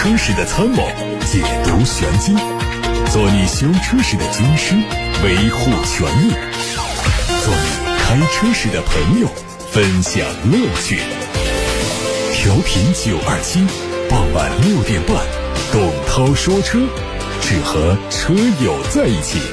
车时的参谋，解读玄机，做你修车时的军师，维护权益，做你开车时的朋友，分享乐趣。调频927，傍晚6点半，董涛说车，只和车友在一起。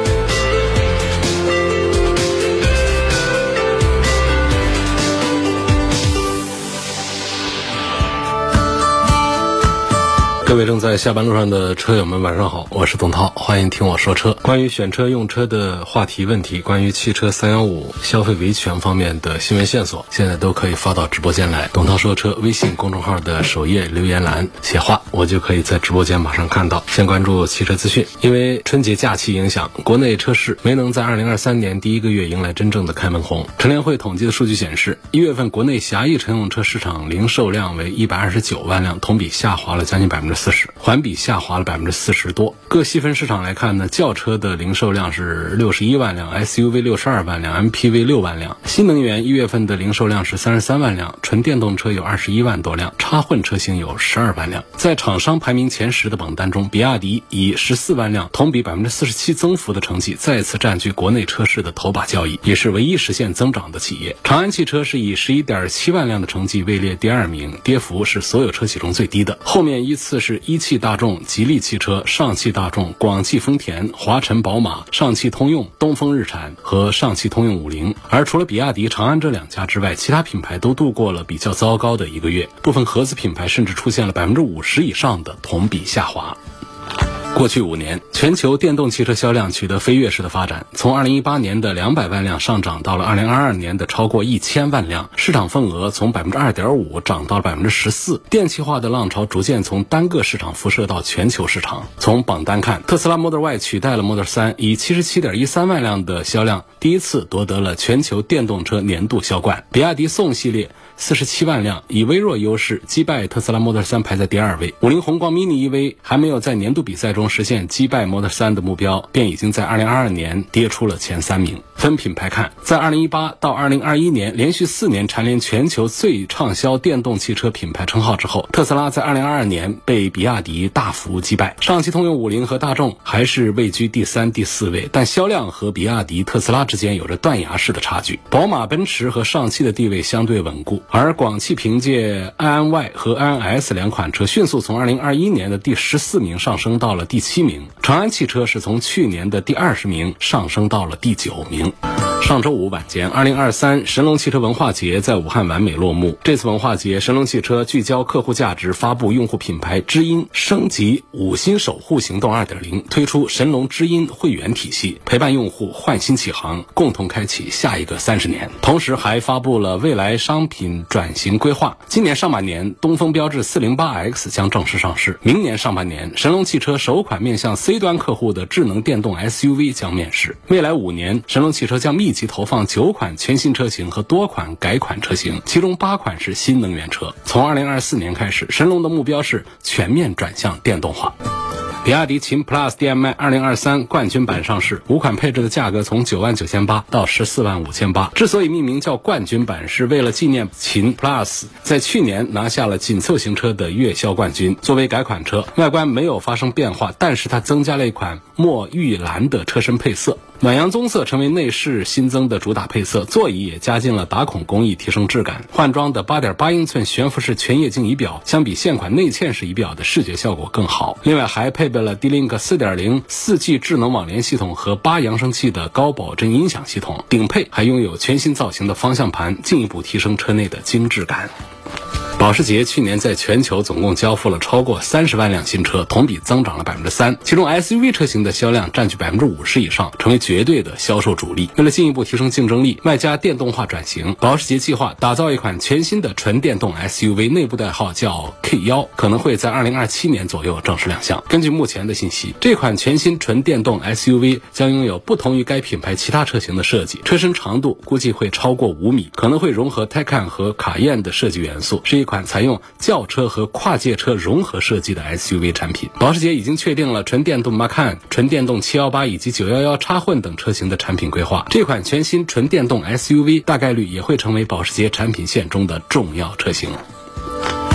各位正在下班路上的车友们，晚上好，我是董涛，欢迎听我说车。关于选车用车的话题问题，关于汽车315消费维权方面的新闻线索，现在都可以发到直播间来。董涛说车微信公众号的首页留言栏写话，我就可以在直播间马上看到。先关注汽车资讯。因为春节假期影响，国内车市没能在2023年第一个月迎来真正的开门红。乘联会统计的数据显示，1月份国内狭义乘用车市场零售量为129万辆，同比下滑了将近40%，环比下滑了40%多。各细分市场来看呢，轿车的零售量是61万辆， SUV 62万辆， MPV 6万辆。新能源1月份的零售量是33万辆，纯电动车有21万多辆，插混车型有12万辆。在厂商排名前10的榜单中，比亚迪以14万辆同比47%增幅的成绩再次占据国内车市的头把交椅，也是唯一实现增长的企业。长安汽车是以11.7万辆的成绩位列第2名，跌幅是所有车企中最低的，后面依次是一汽大众、吉利汽车、上汽大众、广汽丰田、华晨宝马、上汽通用、东风日产和上汽通用50。而除了比亚迪、长安这两家之外，其他品牌都度过了比较糟糕的一个月，部分合资品牌甚至出现了50%以上的同比下滑。过去5年，全球电动汽车销量取得飞跃式的发展，从2018年的200万辆上涨到了2022年的超过1000万辆，市场份额从 2.5% 涨到了 14%。电气化的浪潮逐渐从单个市场辐射到全球市场。从榜单看，特斯拉 Model Y 取代了 Model 3，以 77.13 万辆的销量第一次夺得了全球电动车年度销冠。比亚迪宋系列47万辆，以微弱优势击败特斯拉 Model 3，排在第2位。50宏光 mini EV 还没有在年度比赛中实现击败 Model 3的目标，便已经在2022年跌出了前3名。分品牌看，在2018到2021年连续4年蝉联全球最畅销电动汽车品牌称号之后，特斯拉在2022年被比亚迪大幅击败。上汽通用50和大众还是位居第3、第4位，但销量和比亚迪、特斯拉之间有着断崖式的差距。宝马、奔驰和上汽的地位相对稳固，而广汽凭借安安 Y 和安安 S 两款车迅速从2021年的第14名上升到了第7名。长安汽车是从去年的第20名上升到了第9名。上周五晚间，2023神龙汽车文化节在武汉完美落幕。这次文化节，神龙汽车聚焦客户价值，发布用户品牌知音升级5星守护行动 2.0， 推出神龙知音会员体系，陪伴用户焕新启航，共同开启下一个30年。同时还发布了未来商品转型规划。今年上半年，东风标致 408X 将正式上市，明年上半年，神龙汽车首款面向 C 端客户的智能电动 SUV 将面世。未来5年，神龙汽车将密集投放9款全新车型和多款改款车型，其中8款是新能源车。从2024年开始，神龙的目标是全面转向电动化。比亚迪秦 Plus DM-i 2023冠军版上市，5款配置的价格从99800到145800。之所以命名叫冠军版，是为了纪念秦 Plus 在去年拿下了紧凑型车的月销冠军。作为改款车，外观没有发生变化，但是它增加了一款墨玉蓝的车身配色，暖阳棕色成为内饰新增的主打配色，座椅也加进了打孔工艺，提升质感。换装的 8.8 英寸悬浮式全液晶仪表相比现款内嵌式仪表的视觉效果更好。另外还配备了 D-Link 4.0 4G 智能网联系统和8扬声器的高保真音响系统，顶配还拥有全新造型的方向盘，进一步提升车内的精致感。保时捷去年在全球总共交付了超过30万辆新车，同比增长了 3%， 其中 SUV 车型的销量占据 50% 以上，成为绝对的销售主力。为了进一步提升竞争力，外加电动化转型，保时捷计划打造一款全新的纯电动 SUV， 内部代号叫 K1， 可能会在2027年左右正式亮相。根据目前的信息，这款全新纯电动 SUV 将拥有不同于该品牌其他车型的设计，车身长度估计会超过5米，可能会融合 Taycan 和卡宴的设计元素，是一款采用轿车和跨界车融合设计的 SUV 产品。保时捷已经确定了纯电动 Macan、纯电动718以及911插混等车型的产品规划。这款全新纯电动 SUV 大概率也会成为保时捷产品线中的重要车型。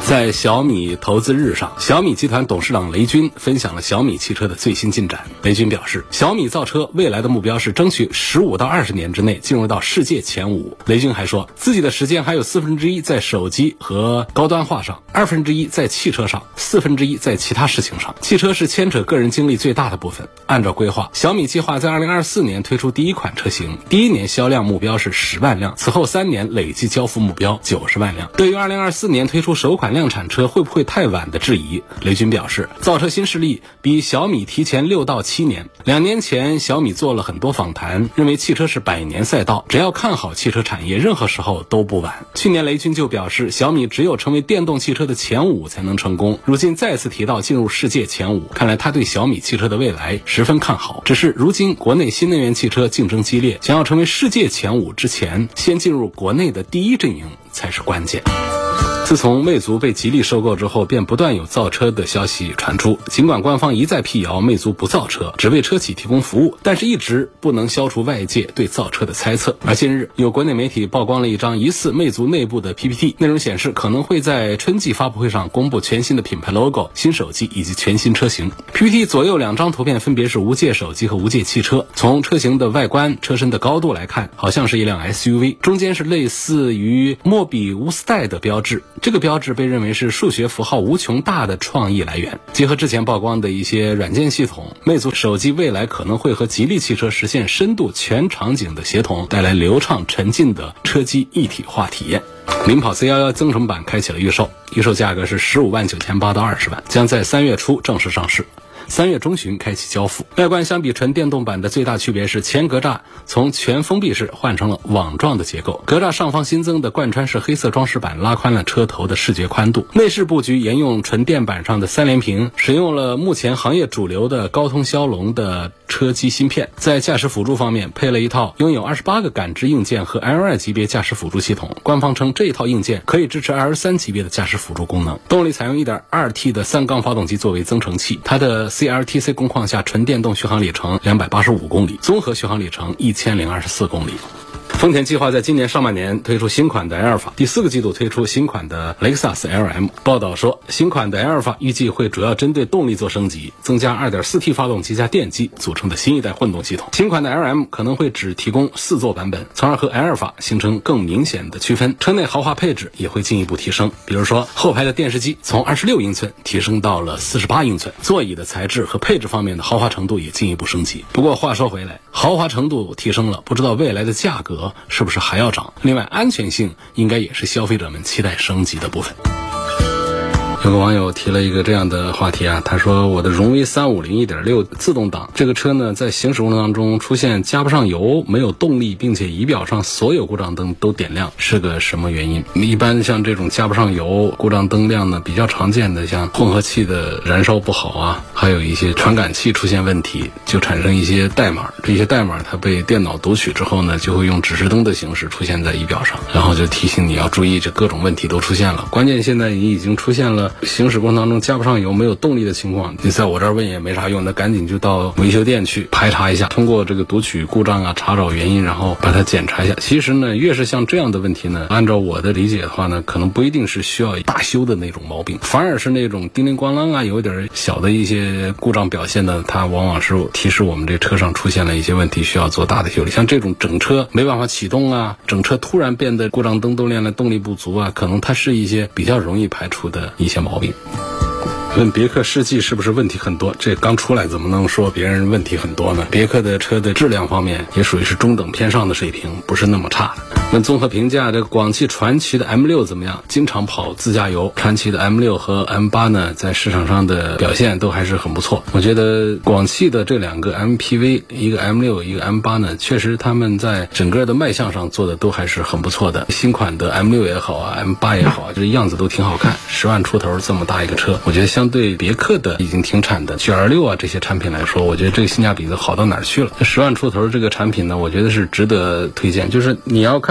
在小米投资日上，小米集团董事长雷军分享了小米汽车的最新进展。雷军表示，小米造车未来的目标是争取15到20年之内进入到世界前5。雷军还说，自己的时间还有1/4在手机和高端化上，1/2在汽车上，1/4在其他事情上。汽车是牵扯个人精力最大的部分。按照规划，小米计划在2024年推出第一款车型，第一年销量目标是10万辆，此后3年累计交付目标90万辆。对于2024年推出首款量产车会不会太晚的质疑，雷军表示，造车新势力比小米提前6到7年。2年前小米做了很多访谈，认为汽车是100年赛道，只要看好汽车产业，任何时候都不晚。去年雷军就表示，小米只有成为电动汽车的前5才能成功，如今再次提到进入世界前5，看来他对小米汽车的未来十分看好。只是如今国内新能源汽车竞争激烈，想要成为世界前5之前，先进入国内的第一阵营才是关键。自从魅族被吉利收购之后，便不断有造车的消息传出。尽管官方一再辟谣魅族不造车，只为车企提供服务，但是一直不能消除外界对造车的猜测。而近日，有国内媒体曝光了一张疑似魅族内部的 PPT， 内容显示可能会在春季发布会上公布全新的品牌 logo、新手机以及全新车型。PPT 左右2张图片分别是无界手机和无界汽车。从车型的外观、车身的高度来看，好像是一辆 SUV， 中间是类似于莫比乌斯带的标志。这个标志被认为是数学符号无穷大的创意来源。结合之前曝光的一些软件系统，魅族手机未来可能会和吉利汽车实现深度全场景的协同，带来流畅沉浸的车机一体化体验。领跑 C11 增程版开启了预售，预售价格是15.98万到20万，将在3月初正式上市。3月中旬开启交付。外观相比纯电动版的最大区别是，前格栅从全封闭式换成了网状的结构，格栅上方新增的贯穿式黑色装饰板拉宽了车头的视觉宽度。内饰布局沿用纯电版上的3连屏，使用了目前行业主流的高通骁龙的车机芯片。在驾驶辅助方面，配了一套拥有28个感知硬件和 L2 级别驾驶辅助系统。官方称这一套硬件可以支持 L3 级别的驾驶辅助功能。动力采用 1.2T 的3缸发动机作为增程器，它的CLTC 工况下纯电动续航里程285公里，综合续航里程1024公里。丰田计划在今年上半年推出新款的埃尔法，第4个季度推出新款的雷克萨斯 LM。报道说，新款的埃尔法预计会主要针对动力做升级，增加 2.4T 发动机加电机组成的新一代混动系统。新款的 LM 可能会只提供4座版本，从而和埃尔法形成更明显的区分。车内豪华配置也会进一步提升，比如说后排的电视机从26英寸提升到了48英寸，座椅的材质和配置方面的豪华程度也进一步升级。不过话说回来，豪华程度提升了，不知道未来的价格是不是还要涨？另外，安全性应该也是消费者们期待升级的部分。有个网友提了一个这样的话题啊，他说我的荣威350 1.6 自动挡这个车呢，在行驶过程当中出现加不上油、没有动力，并且仪表上所有故障灯都点亮，是个什么原因？一般像这种加不上油、故障灯亮呢，比较常见的像混合气的燃烧不好啊，还有一些传感器出现问题，就产生一些代码，这些代码它被电脑读取之后呢，就会用指示灯的形式出现在仪表上，然后就提醒你要注意，这各种问题都出现了。关键现在你已经出现了行驶过程当中加不上油、没有动力的情况，你在我这儿问也没啥用，那赶紧就到维修店去排查一下，通过这个读取故障啊，查找原因，然后把它检查一下。其实呢，越是像这样的问题呢，按照我的理解的话呢，可能不一定是需要大修的那种毛病，反而是那种叮铃咣啷啊，有点小的一些故障表现呢，它往往是提示我们这车上出现了一些问题，需要做大的修理。像这种整车没办法启动啊，整车突然变得故障灯都亮了，动力不足啊，可能它是一些比较容易排除的一些毛病。问别克世纪是不是问题很多？这刚出来怎么能说别人问题很多呢？别克的车的质量方面也属于是中等偏上的水平，不是那么差的。问综合评价这个广汽传祺的 M6 怎么样？经常跑自驾游，传祺的 M6 和 M8 呢，在市场上的表现都还是很不错。我觉得广汽的这两个 MPV， 一个 M6 一个 M8 呢，确实他们在整个的卖相上做的都还是很不错的。新款的 M6 也好啊， M8 也好啊，这样子都挺好看，10万出头这么大一个车，我觉得相对别克的已经停产的 GL6 啊这些产品来说，我觉得这个性价比都好到哪儿去了。10万出头这个产品呢，我觉得是值得推荐。就是你要看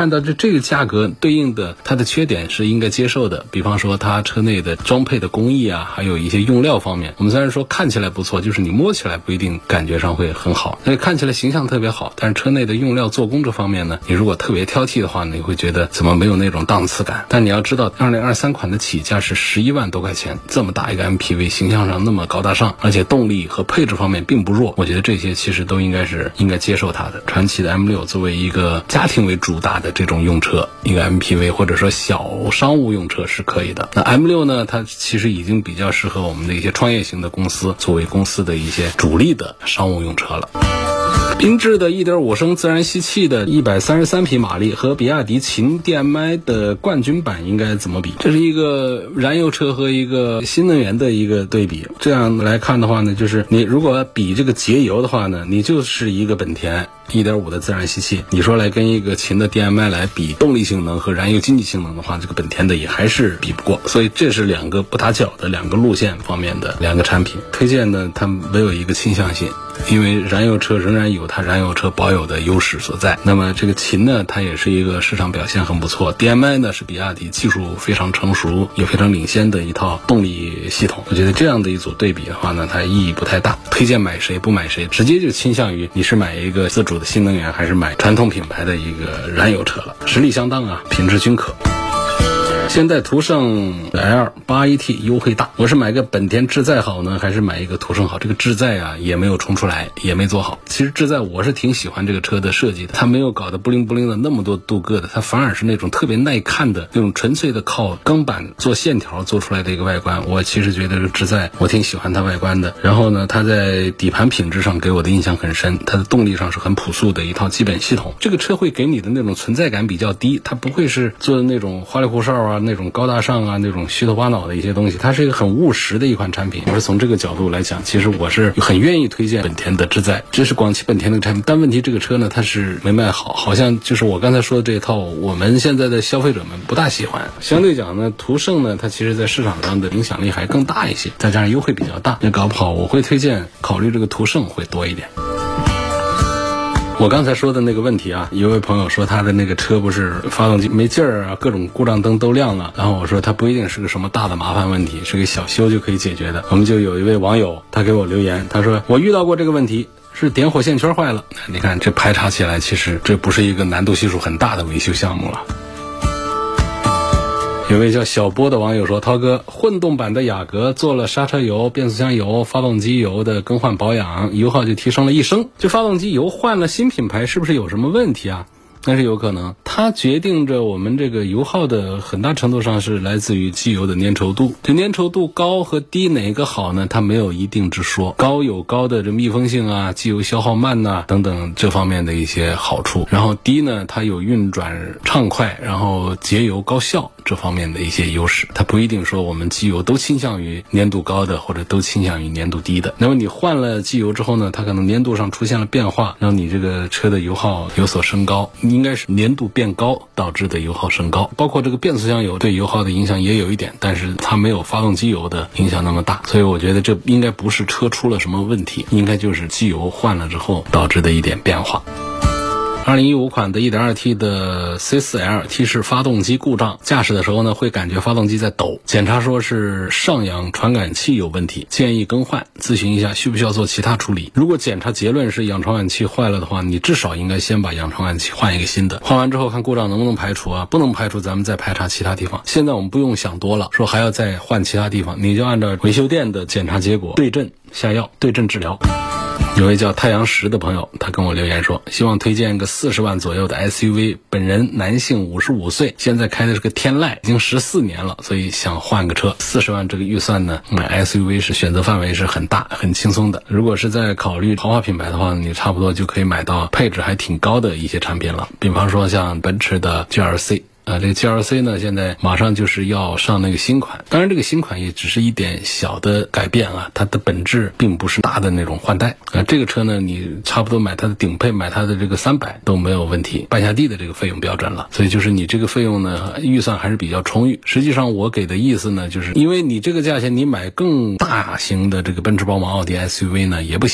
看到这个价格对应的它的缺点是应该接受的，比方说它车内的装配的工艺啊，还有一些用料方面，我们虽然说看起来不错，就是你摸起来不一定感觉上会很好，所以看起来形象特别好，但是车内的用料做工这方面呢，你如果特别挑剔的话呢，你会觉得怎么没有那种档次感。但你要知道2023款的起价是11万多块钱，这么大一个 MPV， 形象上那么高大上，而且动力和配置方面并不弱，我觉得这些其实都应该接受它的。传祺的 M6 作为一个家庭为主打的这种用车，一个 MPV 或者说小商务用车是可以的。那 M6 呢，它其实已经比较适合我们的一些创业型的公司作为公司的一些主力的商务用车了。缤智的 1.5 升自然吸气的133匹马力和比亚迪秦 DM-i 的冠军版应该怎么比？这是一个燃油车和一个新能源的一个对比。这样来看的话呢，就是你如果比这个节油的话呢，你就是一个本田 1.5 的自然吸气，你说来跟一个秦的 DM-i 来比动力性能和燃油经济性能的话，这个本田的也还是比不过。所以这是两个不打脚的两个路线方面的两个产品。推荐呢，它没有一个倾向性，因为燃油车仍然有它燃油车保有的优势所在。那么这个秦呢，它也是一个市场表现很不错， DM-i 呢是比亚迪技术非常成熟也非常领先的一套动力系统。我觉得这样的一组对比的话呢，它意义不太大。推荐买谁不买谁，直接就倾向于你是买一个自主的新能源还是买传统品牌的一个燃油车了，实力相当啊，品质均可。现在途胜 L 8AT 优惠大，我是买个本田智载好呢，还是买一个途胜好？这个智载啊也没有冲出来，也没做好。其实智载我是挺喜欢这个车的设计的，它没有搞得布灵布灵的那么多镀铬的，它反而是那种特别耐看的那种纯粹的靠钢板做线条做出来的一个外观。我其实觉得这个智载我挺喜欢它外观的。然后呢，它在底盘品质上给我的印象很深，它的动力上是很朴素的一套基本系统。这个车会给你的那种存在感比较低，它不会是做的那种花里胡哨啊，那种高大上啊，那种虚头巴脑的一些东西，它是一个很务实的一款产品。我是从这个角度来讲，其实我是很愿意推荐本田的智载，这是广汽本田的产品。但问题这个车呢，它是没卖好，好像就是我刚才说的这一套，我们现在的消费者们不大喜欢。相对讲呢，途胜呢，它其实在市场上的影响力还更大一些，再加上优惠比较大，那搞不好我会推荐考虑这个途胜会多一点。我刚才说的那个问题啊，有位朋友说他的那个车不是发动机没劲儿啊，各种故障灯都亮了，然后我说他不一定是个什么大的麻烦问题，是个小修就可以解决的。我们就有一位网友他给我留言，他说我遇到过这个问题，是点火线圈坏了。你看这排查起来，其实这不是一个难度系数很大的维修项目了。有位叫小波的网友说，涛哥，混动版的雅阁做了刹车油、变速箱油、发动机油的更换保养，油耗就提升了1升。这发动机油换了新品牌，是不是有什么问题啊？那是有可能，它决定着我们这个油耗的很大程度上是来自于机油的粘稠度。这粘稠度高和低哪个好呢？它没有一定之说。高有高的这密封性啊、机油消耗慢呐、等等这方面的一些好处，然后低呢，它有运转畅快，然后节油高效这方面的一些优势。它不一定说我们机油都倾向于粘度高的，或者都倾向于粘度低的。那么你换了机油之后呢，它可能粘度上出现了变化，让你这个车的油耗有所升高，应该是粘度变高导致的油耗升高。包括这个变速箱油对油耗的影响也有一点，但是它没有发动机油的影响那么大，所以我觉得这应该不是车出了什么问题，应该就是机油换了之后导致的一点变化。2015款的 1.2T 的 C4L T 式发动机故障，驾驶的时候呢会感觉发动机在抖，检查说是上氧传感器有问题，建议更换，咨询一下需不需要做其他处理。如果检查结论是氧传感器坏了的话，你至少应该先把氧传感器换一个新的，换完之后看故障能不能排除啊，不能排除咱们再排查其他地方。现在我们不用想多了，说还要再换其他地方，你就按照维修店的检查结果对症下药，对症治疗。有位叫太阳石的朋友，他跟我留言说，希望推荐个40万左右的 SUV， 本人男性55岁，现在开的是个天籁，已经14年了，所以想换个车。40万这个预算呢，买 SUV 是选择范围是很大很轻松的。如果是在考虑豪华品牌的话，你差不多就可以买到配置还挺高的一些产品了，比方说像奔驰的 GLC。这个 GLC 呢，现在马上就是要上那个新款，当然这个新款也只是一点小的改变啊，它的本质并不是大的那种换代这个车呢，你差不多买它的顶配，买它的这个300都没有问题，半下地的这个费用标准了，所以就是你这个费用呢，预算还是比较充裕。实际上我给的意思呢，就是因为你这个价钱，你买更大型的这个奔驰、宝马、奥迪 SUV 呢也不行，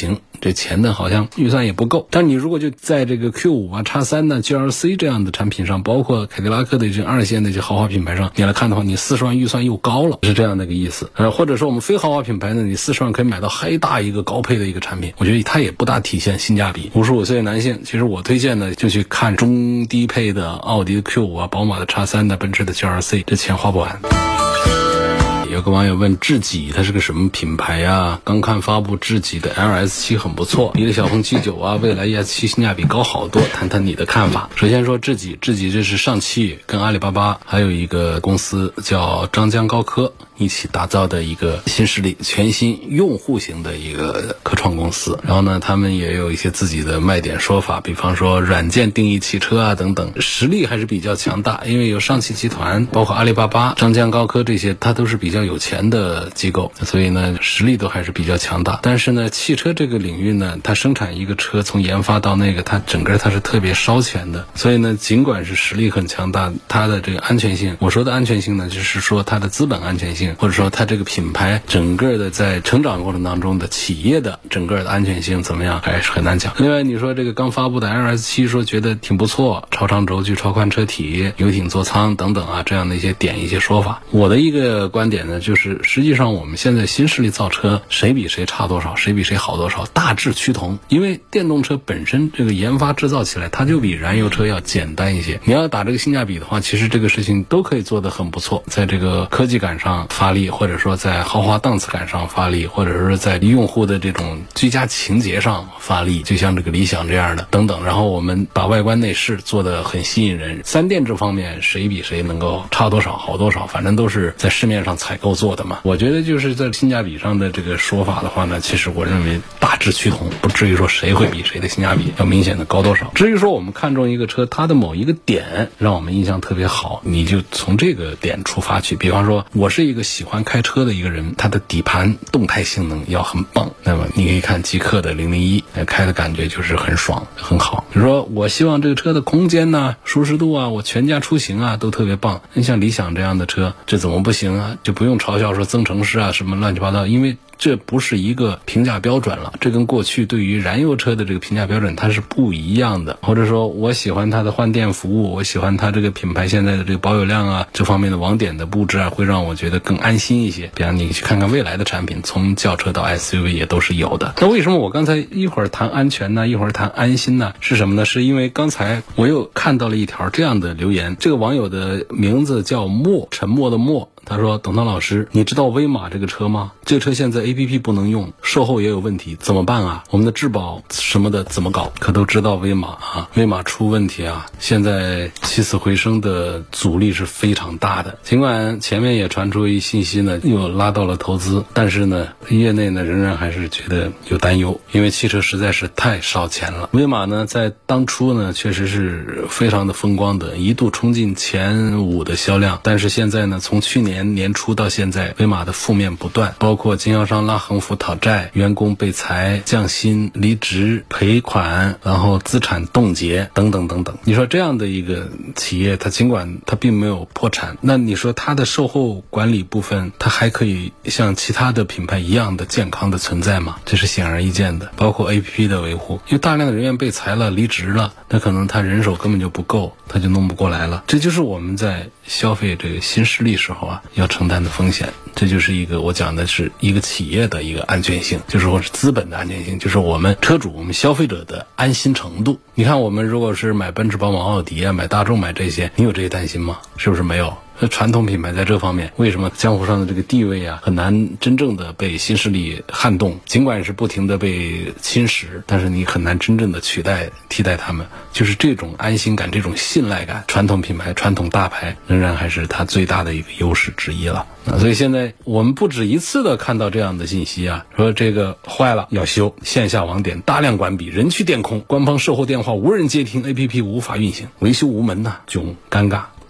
这钱呢好像预算也不够。但你如果就在这个 Q5 啊、X3 呢、GLC 这样的产品上，包括凯迪拉克的这2线的这豪华品牌上，你来看的话，你40万预算又高了，是这样的一个意思。或者说我们非豪华品牌呢，你40万可以买到还大一个高配的一个产品，我觉得它也不大体现性价比。55岁的男性，其实我推荐呢就去看中低配的奥迪的 Q5 啊、宝马的 X3 的、奔驰的 GLC， 这钱花不完。有个网友问智己它是个什么品牌呀？刚看发布智己的 LS7 很不错，比小鹏 G9 啊、蔚来 ES7 性价比高好多，谈谈你的看法。首先说智己这是上汽跟阿里巴巴还有一个公司叫张江高科一起打造的一个新势力，全新用户型的一个科创公司。然后呢，他们也有一些自己的卖点说法，比方说软件定义汽车啊等等，实力还是比较强大。因为有上汽集团，包括阿里巴巴、张江高科这些，它都是比较有钱的机构，所以呢实力都还是比较强大。但是呢，汽车这个领域呢，它生产一个车从研发到那个，它整个它是特别烧钱的。所以呢，尽管是实力很强大，它的这个安全性，我说的安全性呢，就是说它的资本安全性，或者说它这个品牌整个的在成长过程当中的企业的整个的安全性怎么样，还是很难讲。另外你说这个刚发布的 LS7 说觉得挺不错，超长轴距、超宽车体、游艇座舱等等啊，这样的一些点一些说法。我的一个观点呢，就是实际上我们现在新势力造车，谁比谁差多少，谁比谁好多少，大致趋同。因为电动车本身这个研发制造起来，它就比燃油车要简单一些。你要打这个性价比的话，其实这个事情都可以做得很不错，在这个科技感上发力，或者说在豪华档次感上发力，或者是在用户的这种居家情节上发力，就像这个理想这样的等等。然后我们把外观内饰做得很吸引人，三电这方面谁比谁能够差多少好多少，反正都是在市面上采购做的嘛。我觉得就是在性价比上的这个说法的话呢，其实我认为大致趋同，不至于说谁会比谁的性价比要明显的高多少。至于说我们看中一个车，它的某一个点让我们印象特别好，你就从这个点出发去。比方说我是一个喜欢开车的一个人，它的底盘动态性能要很棒，那么你可以看极氪的001，开的感觉就是很爽很好。比如说我希望这个车的空间呢、舒适度啊，我全家出行啊都特别棒。你像理想这样的车，这怎么不行啊？就不用嘲笑说增程式啊什么乱七八糟，因为这不是一个评价标准了，这跟过去对于燃油车的这个评价标准它是不一样的。或者说我喜欢它的换电服务，我喜欢它这个品牌现在的这个保有量啊，这方面的网点的布置啊，会让我觉得更安心一些。比方你去看看未来的产品，从轿车到 SUV 也都是有的。那为什么我刚才一会儿谈安全呢，一会儿谈安心呢？是什么呢？是因为刚才我又看到了一条这样的留言，这个网友的名字叫默，沉默的默。他说，董涛老师，你知道威马这个车吗？这个车现在 APP 不能用，售后也有问题，怎么办啊？我们的质保什么的怎么搞？可都知道威马啊，威马出问题啊，现在起死回生的阻力是非常大的。尽管前面也传出一信息呢，又拉到了投资，但是呢，业内呢仍然还是觉得有担忧，因为汽车实在是太烧钱了。威马呢在当初呢确实是非常的风光的，一度冲进前5的销量，但是现在呢，从去年年初到现在，威马的负面不断，包括经销商拉横幅讨债、员工被裁、降薪、离职、赔款，然后资产冻结等等等等。你说这样的一个企业，它尽管它并没有破产，那你说它的售后管理部分，它还可以像其他的品牌一样的健康的存在吗？这是显而易见的。包括 APP 的维护，因为大量的人员被裁了、离职了，那可能他人手根本就不够，他就弄不过来了。这就是我们在消费这个新势力时候啊要承担的风险。这就是一个我讲的是一个企业的一个安全性，就是说是资本的安全性，就是我们车主、我们消费者的安心程度。你看我们如果是买奔驰、宝马、奥迪啊，买大众，买这些，你有这些担心吗？是不是没有？传统品牌在这方面为什么江湖上的这个地位啊很难真正的被新势力撼动？尽管是不停的被侵蚀，但是你很难真正的替代他们。就是这种安心感、这种信赖感，传统品牌、传统大牌仍然还是它最大的一个优势之一了。所以现在我们不止一次的看到这样的信息啊，说这个坏了要修，线下网点大量关闭，人去电空，官方售后电话无人接听， APP 无法运行，维修无门呐，囧尴尬。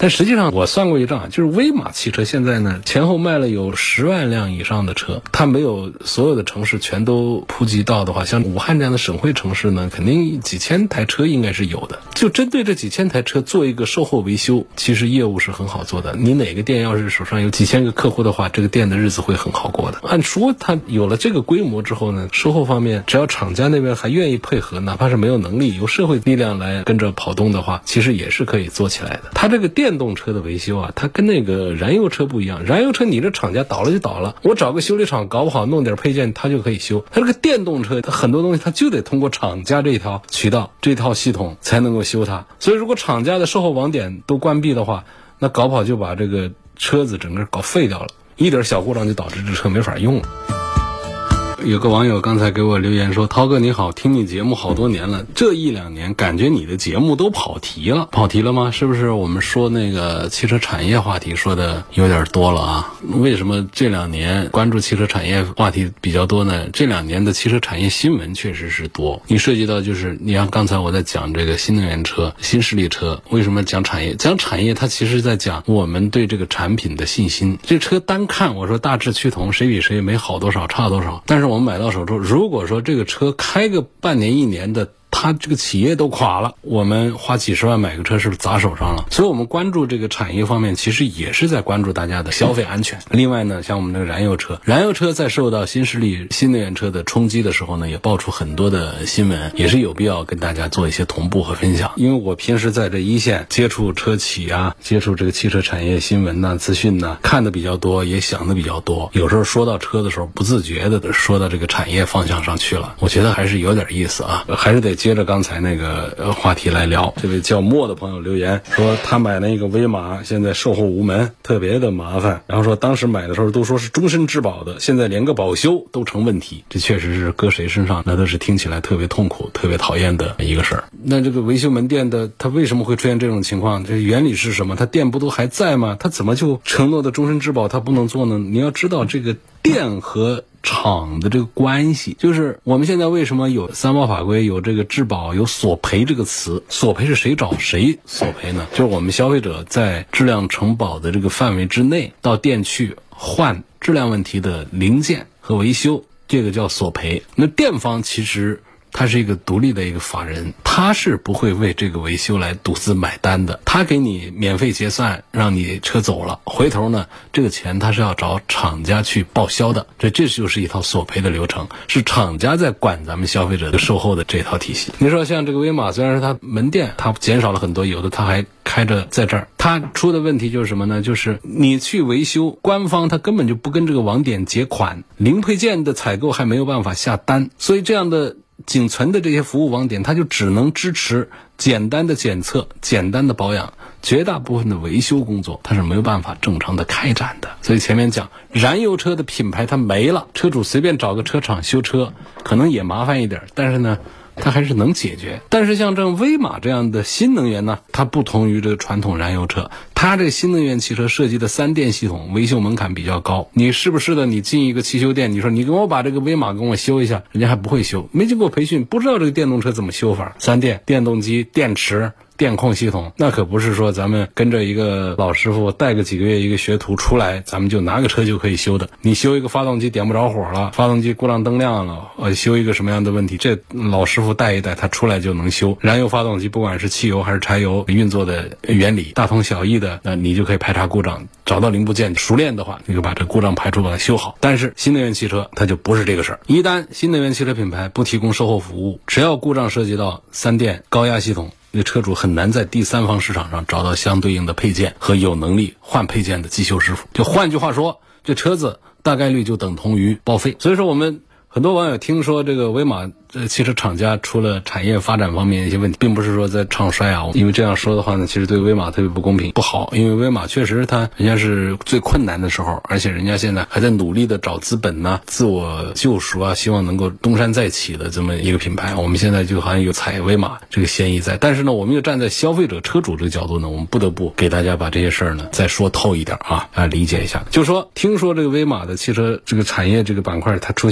但实际上我算过一账，就是威马汽车现在呢前后卖了有10万辆以上的车，它没有所有的城市全都普及到的话，像武汉这样的省会城市呢，肯定几千台车应该是有的。就针对这几千台车做一个售后维修，其实业务是很好做的。你哪个店要是手上有几千个客户的话，这个店的日子会很好过的。按说它有了这个规模之后呢，售后方面只要厂家那边还愿意配合，哪怕是没有能力，由社会力量来跟着跑动的话，其实也是可以做起来的。它这个电动车的维修啊，它跟那个燃油车不一样。燃油车你这厂家倒了就倒了，我找个修理厂搞不好弄点配件它就可以修。它这个电动车它很多东西它就得通过厂家这一条渠道这套系统才能够修它，所以如果厂家的售后网点都关闭的话，那搞不好就把这个车子整个搞废掉了，一点小故障就导致这车没法用了。有个网友刚才给我留言说，涛哥你好，听你节目好多年了，这1-2年感觉你的节目都跑题了。跑题了吗？是不是我们说那个汽车产业话题说的有点多了啊？为什么这2年关注汽车产业话题比较多呢？这2年的汽车产业新闻确实是多，你涉及到就是你看刚才我在讲这个新能源车、新势力车，为什么讲产业？讲产业它其实在讲我们对这个产品的信心。这车单看我说大致趋同，谁比谁没好多少差多少，但是我们买到手之后，如果说这个车开个半年1年的，它这个企业都垮了，我们花几十万买个车是不是砸手上了？所以我们关注这个产业方面，其实也是在关注大家的消费安全。另外呢，像我们这个燃油车在受到新势力新能源车的冲击的时候呢，也爆出很多的新闻，也是有必要跟大家做一些同步和分享。因为我平时在这一线接触车企啊，接触这个汽车产业新闻呐、资讯呐，看的比较多，也想的比较多。有时候说到车的时候，不自觉的说到这个产业方向上去了，我觉得还是有点意思啊，还是得接着刚才那个话题来聊。这位叫莫的朋友留言说，他买那个威马，现在售后无门，特别的麻烦。然后说当时买的时候都说是终身质保的，现在连个保修都成问题。这确实是搁谁身上那都是听起来特别痛苦、特别讨厌的一个事儿。那这个维修门店的它为什么会出现这种情况？这原理是什么？它店不都还在吗？它怎么就承诺的终身质保它不能做呢？你要知道这个店和厂的这个关系，就是我们现在为什么有三包法规，有这个质保，有索赔这个词。索赔是谁找谁索赔呢？就是我们消费者在质量承保的这个范围之内，到店去换质量问题的零件和维修，这个叫索赔。那店方其实他是一个独立的一个法人，他是不会为这个维修来独自买单的，他给你免费结算，让你车走了，回头呢这个钱他是要找厂家去报销的，这就是一套索赔的流程，是厂家在管咱们消费者的售后的这套体系。你说像这个威马，虽然是它门店它减少了很多，有的它还开着在这儿，它出的问题就是什么呢？就是你去维修，官方它根本就不跟这个网点结款，零配件的采购还没有办法下单，所以这样的仅存的这些服务网点，它就只能支持简单的检测、简单的保养，绝大部分的维修工作它是没有办法正常的开展的。所以前面讲燃油车的品牌它没了，车主随便找个车厂修车可能也麻烦一点，但是呢它还是能解决。但是像这种威马这样的新能源呢，它不同于这个传统燃油车，它这个新能源汽车设计的3电系统维修门槛比较高。你是不是的？你进一个汽修店，你说你给我把这个威马给我修一下，人家还不会修，没经过培训，不知道这个电动车怎么修法。3电、电动机、电池、电控系统，那可不是说咱们跟着一个老师傅带个几个月一个学徒出来，咱们就拿个车就可以修的。你修一个发动机点不着火了，发动机故障灯亮了，修一个什么样的问题，这老师傅带一带他出来就能修。燃油发动机不管是汽油还是柴油运作的原理大同小异的，那你就可以排查故障，找到零部件，熟练的话你就把这故障排除把它修好。但是新能源汽车它就不是这个事儿，一旦新能源汽车品牌不提供售后服务，只要故障涉及到3电高压系统，这个车主很难在第三方市场上找到相对应的配件和有能力换配件的机修师傅。就换句话说，这车子大概率就等同于报废。所以说我们很多网友听说这个威马汽车厂家出了产业发展方面一些问题，并不是说在唱衰啊，因为这样说的话呢，其实对威马特别不公平不好。因为威马确实人家是最困难的时候，而且人家现在还在努力的找资本呐、自我救赎啊，希望能够东山再起的这么一个品牌。我们现在就好像有踩威马这个嫌疑在，但是呢我们又站在消费者车主这个角度呢，我们不得不给大家把这些事儿呢再说透一点啊，理解一下。就是说听说这个威马的汽车这个产业这个板块它出现了这个问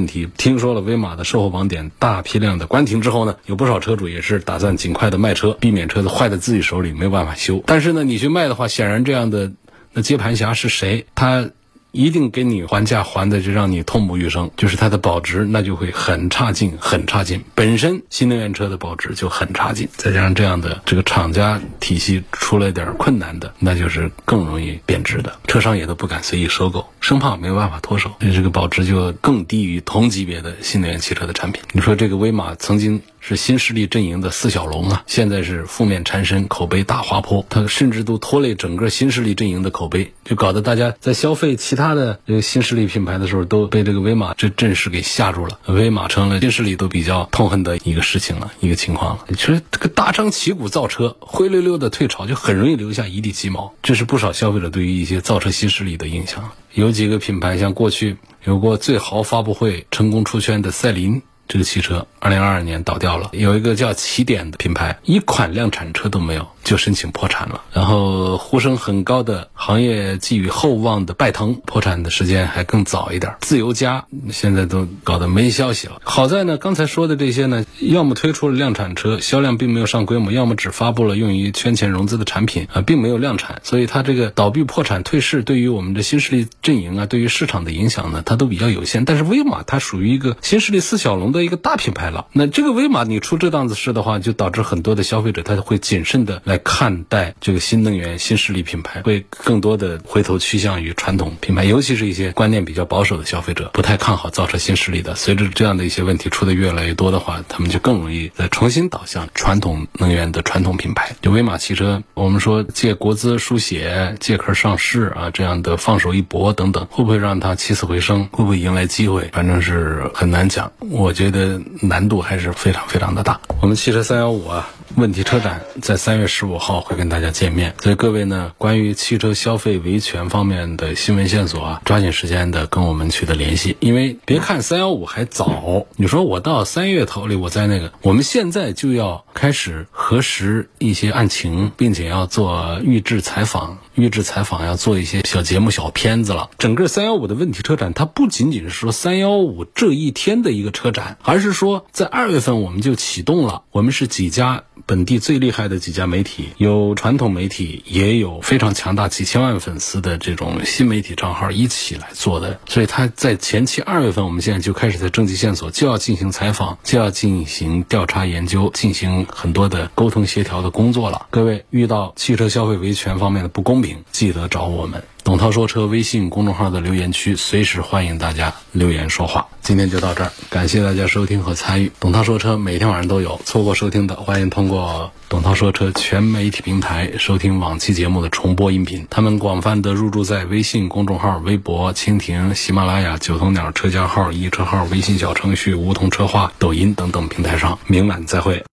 问题，听说了威马的售后网点大批量的关停之后呢，有不少车主也是打算尽快的卖车，避免车子坏在自己手里没有办法修。但是呢，你去卖的话，显然这样的那接盘侠是谁？他一定给你还价还的就让你痛不欲生，就是它的保值那就会很差劲，很差劲。本身新能源车的保值就很差劲，再加上这样的这个厂家体系出了点困难的，那就是更容易贬值的。车商也都不敢随意收购，生怕没有办法脱手，这个保值就更低于同级别的新能源汽车的产品。你说这个威马曾经是新势力阵营的四小龙啊，现在是负面缠身，口碑大滑坡，它甚至都拖累整个新势力阵营的口碑，就搞得大家在消费其他的这个新势力品牌的时候都被这个威马这阵势给吓住了，威马成了新势力都比较痛恨的一个事情了，一个情况了。其实这个大张旗鼓造车，灰溜溜的退潮，就很容易留下一地鸡毛，这是不少消费者对于一些造车新势力的影响。有几个品牌，像过去有过最豪发布会成功出圈的赛麟这个汽车2022年倒掉了，有一个叫起点的品牌，一款量产车都没有就申请破产了。然后呼声很高的行业寄予厚望的拜腾，破产的时间还更早一点。自由家现在都搞得没消息了。好在呢，刚才说的这些呢，要么推出了量产车，销量并没有上规模，要么只发布了用于圈钱融资的产品并没有量产。所以它这个倒闭破产退市对于我们的新势力阵营对于市场的影响呢，它都比较有限。但是威马它属于一个新势力四小龙的一个大品牌了，那这个威马你出这档子事的话，就导致很多的消费者他会谨慎的来看待这个新能源新势力品牌，会更多的回头趋向于传统品牌，尤其是一些观念比较保守的消费者，不太看好造车新势力的。随着这样的一些问题出的越来越多的话，他们就更容易再重新导向传统能源的传统品牌。就威马汽车，我们说借国资输血，借壳上市这样的放手一搏等等，会不会让它起死回生？会不会迎来机会？反正是很难讲。我觉得难度还是非常非常的大。我们汽车315问题车展在3月15号会跟大家见面，所以各位呢，关于汽车消费维权方面的新闻线索抓紧时间的跟我们取得联系。因为别看315还早，你说我到3月头里我在我们现在就要开始核实一些案情，并且要做预制采访要做一些小节目小片子了。整个315的问题车展它不仅仅是说315这一天的一个车展，而是说在2月份我们就启动了，我们是几家本地最厉害的几家媒体，有传统媒体，也有非常强大几千万粉丝的这种新媒体账号一起来做的。所以它在前期2月份我们现在就开始在征集线索，就要进行采访，就要进行调查研究，进行很多的沟通协调的工作了。各位遇到汽车消费维权方面的不公平，记得找我们董涛说车微信公众号的留言区，随时欢迎大家留言说话。今天就到这儿，感谢大家收听和参与。董涛说车每天晚上都有，错过收听的欢迎通过董涛说车全媒体平台收听往期节目的重播音频，他们广泛的入驻在微信公众号、微博、蜻蜓、喜马拉雅、九头鸟车家号、易车号、微信小程序、梧桐车话、抖音等等平台上。明晚再会。